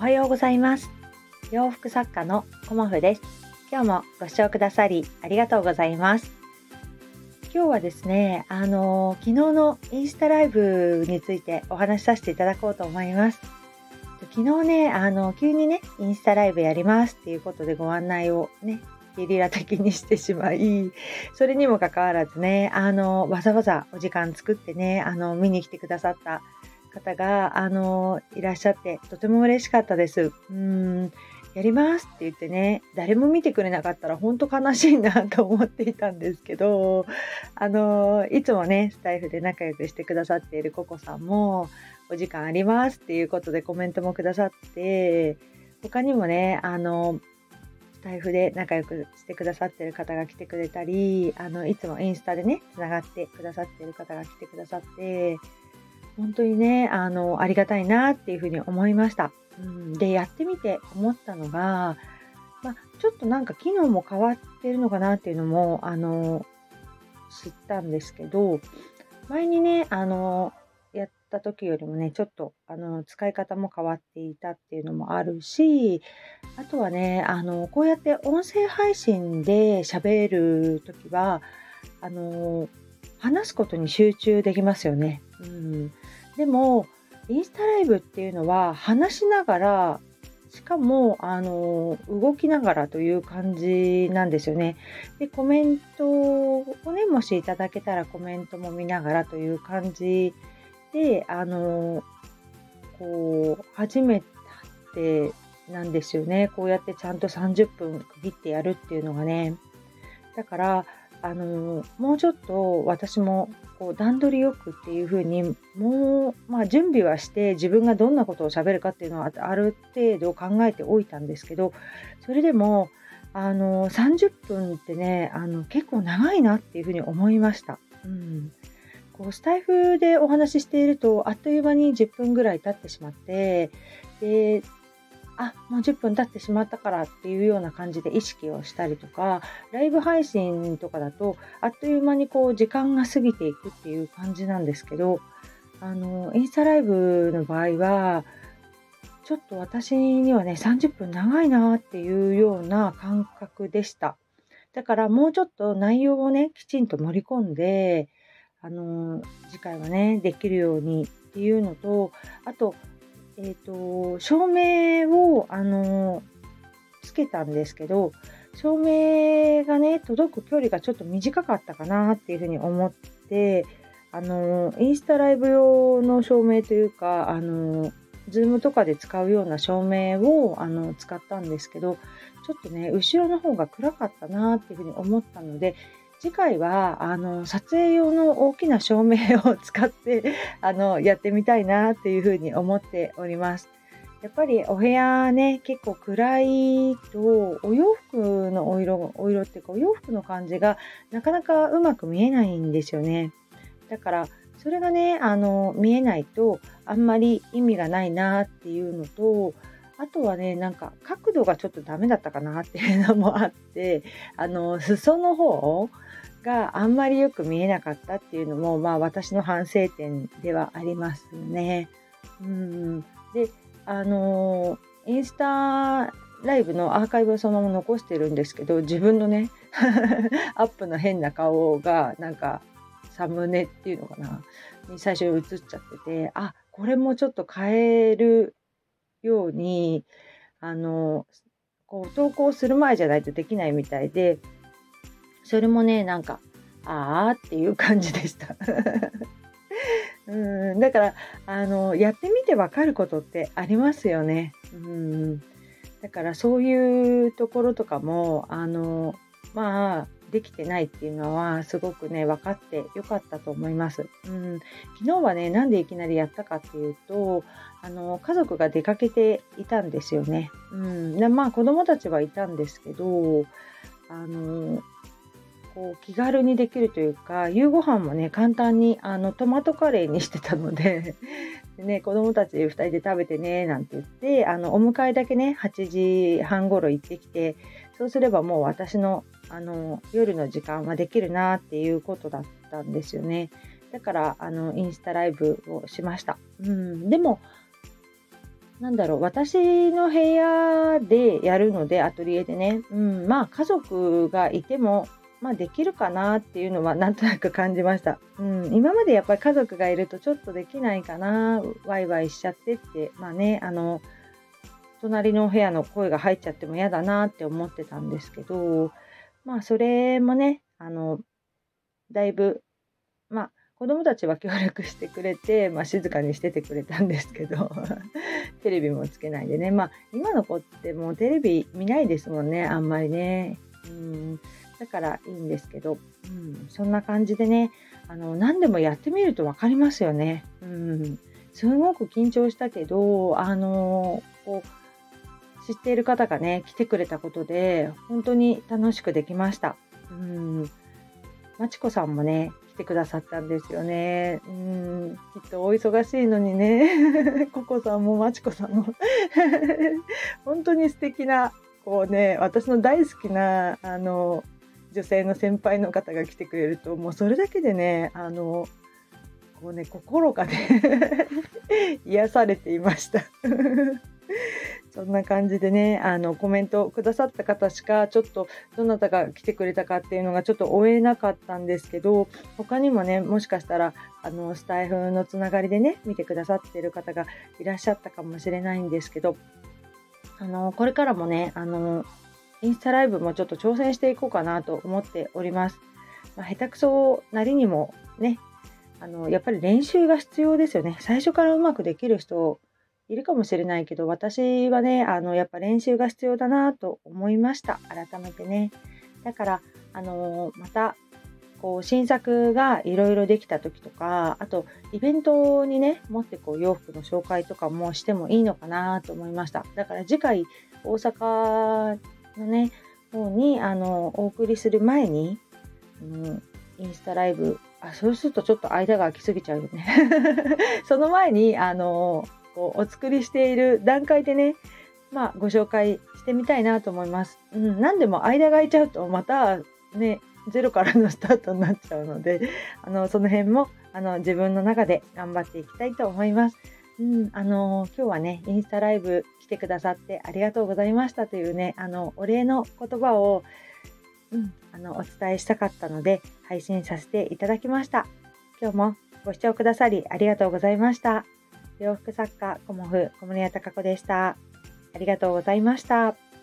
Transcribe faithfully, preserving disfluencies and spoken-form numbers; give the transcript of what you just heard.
はようございます。洋服作家のコモフです。今日もご視聴くださりありがとうございます。今日はですね、あの昨日のインスタライブについてお話しさせていただこうと思います。昨日ね、あの急にねインスタライブやりますっていうことでご案内をねゲリラ的にしてしまい、それにもかかわらずね、あのわざわざお時間作ってね、あの見に来てくださった方があのいらっしゃってとても嬉しかったです。うーんやりますって言ってね、誰も見てくれなかったら本当悲しいなと思っていたんですけど、あのいつもねスタイフで仲良くしてくださっているココさんもお時間ありますっていうことでコメントもくださって、他にもねあのスタイフで仲良くしてくださっている方が来てくれたり、あのいつもインスタでねつながってくださっている方が来てくださって、本当にねあのありがたいなっていうふうに思いました。うん、でやってみて思ったのが、まあ、ちょっとなんか機能も変わってるのかなっていうのもあの知ったんですけど、前にねあのやった時よりもねちょっとあの使い方も変わっていたっていうのもあるし、あとはねあのこうやって音声配信で喋る時はあの話すことに集中できますよね。うん、でもインスタライブっていうのは話しながら、しかもあの動きながらという感じなんですよね。でコメントをねもしいただけたらコメントも見ながらという感じで、あのこう初めてなんですよね。こうやってちゃんとさんじゅっぷん区切ってやるっていうのがね。だからあのもうちょっと私もこう段取りよくっていう風に、もう、まあ、準備はして自分がどんなことを喋るかっていうのはある程度考えておいたんですけど、それでもあのさんじゅっぷんってねあの結構長いなっていう風に思いました。うん、こうスタイフでお話ししているとあっという間にじゅっぷんぐらい経ってしまって、であ、もうじゅっぷん経ってしまったからっていうような感じで意識をしたりとか、ライブ配信とかだとあっという間にこう時間が過ぎていくっていう感じなんですけど、あのインスタライブの場合はちょっと私にはねさんじゅっぷん長いなっていうような感覚でした。だからもうちょっと内容をねきちんと盛り込んで、あの次回はねできるようにっていうのと、あとえっと、照明を、あの、つけたんですけど、照明がね、届く距離がちょっと短かったかなっていう風に思って、あの、インスタライブ用の照明というか、あの、Zoom とかで使うような照明を、あの、使ったんですけど、ちょっとね、後ろの方が暗かったなっていう風に思ったので、次回は、あの、撮影用の大きな照明を使ってあの、やってみたいなっていう風に思っております。やっぱりお部屋ね、結構暗いと、お洋服のお色お色っていうか、お洋服の感じがなかなかうまく見えないんですよね。だから、それがね、あの、見えないと、あんまり意味がないなっていうのと、あとはね、なんか角度がちょっとダメだったかなっていうのもあって、あの、裾の方があんまりよく見えなかったっていうのも、まあ、私の反省点ではありますね。うん。で、あの、インスタライブのアーカイブをそのまま残してるんですけど、自分のね、アップの変な顔がなんかサムネっていうのかな、に最初に映っちゃってて、あ、これもちょっと変えるように、あの、こう投稿する前じゃないとできないみたいで、それもね、なんか、ああっていう感じでした。うん、だから、あの、やってみてわかることってありますよね。うん。だからそういうところとかも、あの、まあ、できてないっていうのはすごくね、分かって良かったと思います。うん。昨日はね、なんでいきなりやったかっていうと、あの、家族が出かけていたんですよね。うん。で、まあ、子供たちはいたんですけど、あのこう気軽にできるというか、夕ご飯もね、簡単にあのトマトカレーにしてたので、でね、子供たちふたりで食べてねなんて言って、あのお迎えだけね、はちじはん頃行ってきて、そうすればもう私のあの夜の時間はできるなっていうことだったんですよね。だからあのインスタライブをしました。うん、でもなんだろう、私の部屋でやるので、アトリエでね、うん、まあ家族がいても、まあできるかなっていうのはなんとなく感じました。うん、今までやっぱり家族がいるとちょっとできないかな、ワイワイしちゃってって、まあね、あの、隣の部屋の声が入っちゃっても嫌だなって思ってたんですけど、まあそれもね、あの、だいぶ、まあ子供たちは協力してくれて、まあ、静かにしててくれたんですけどテレビもつけないでね、まあ今の子ってもうテレビ見ないですもんね、あんまりね。うん、だからいいんですけど、うん、そんな感じでね、あの何でもやってみると分かりますよね。うん、すごく緊張したけど、あのこう知っている方がね来てくれたことで本当に楽しくできました。うん、まちこさんもね、来てくださったんですよね。うん、きっとお忙しいのにね、ココさんもまちこさんも本当に素敵な、こうね、私の大好きな、あの、女性の先輩の方が来てくれると、もうそれだけでね、あの、こうね、心がね癒されていましたそんな感じでね、あのコメントくださった方しかちょっとどなたが来てくれたかっていうのがちょっと追えなかったんですけど、他にもね、もしかしたらあのスタイフのつながりでね、見てくださっている方がいらっしゃったかもしれないんですけど、あのこれからもね、あのインスタライブもちょっと挑戦していこうかなと思っております。まあ、下手くそなりにもね、あのやっぱり練習が必要ですよね。最初からうまくできる人いるかもしれないけど、私はね、あのやっぱ練習が必要だなと思いました。改めてね。だからあのまたこう新作がいろいろできた時とか、あとイベントにね持ってこう洋服の紹介とかもしてもいいのかなと思いました。だから次回大阪のね方にあのお送りする前に、うん、インスタライブ、あ、そうするとちょっと間が空きすぎちゃうよねその前にあのこうお作りしている段階でね、まあご紹介してみたいなと思います。うん、何でも間が空いちゃうとまたねゼロからのスタートになっちゃうので、あのその辺もあの自分の中で頑張っていきたいと思います。うん、あの今日はねインスタライブ来てくださってありがとうございましたというね、あのお礼の言葉を、うん、あのお伝えしたかったので配信させていただきました。今日もご視聴くださりありがとうございました。洋服作家コモフ小森屋隆子でした。ありがとうございました。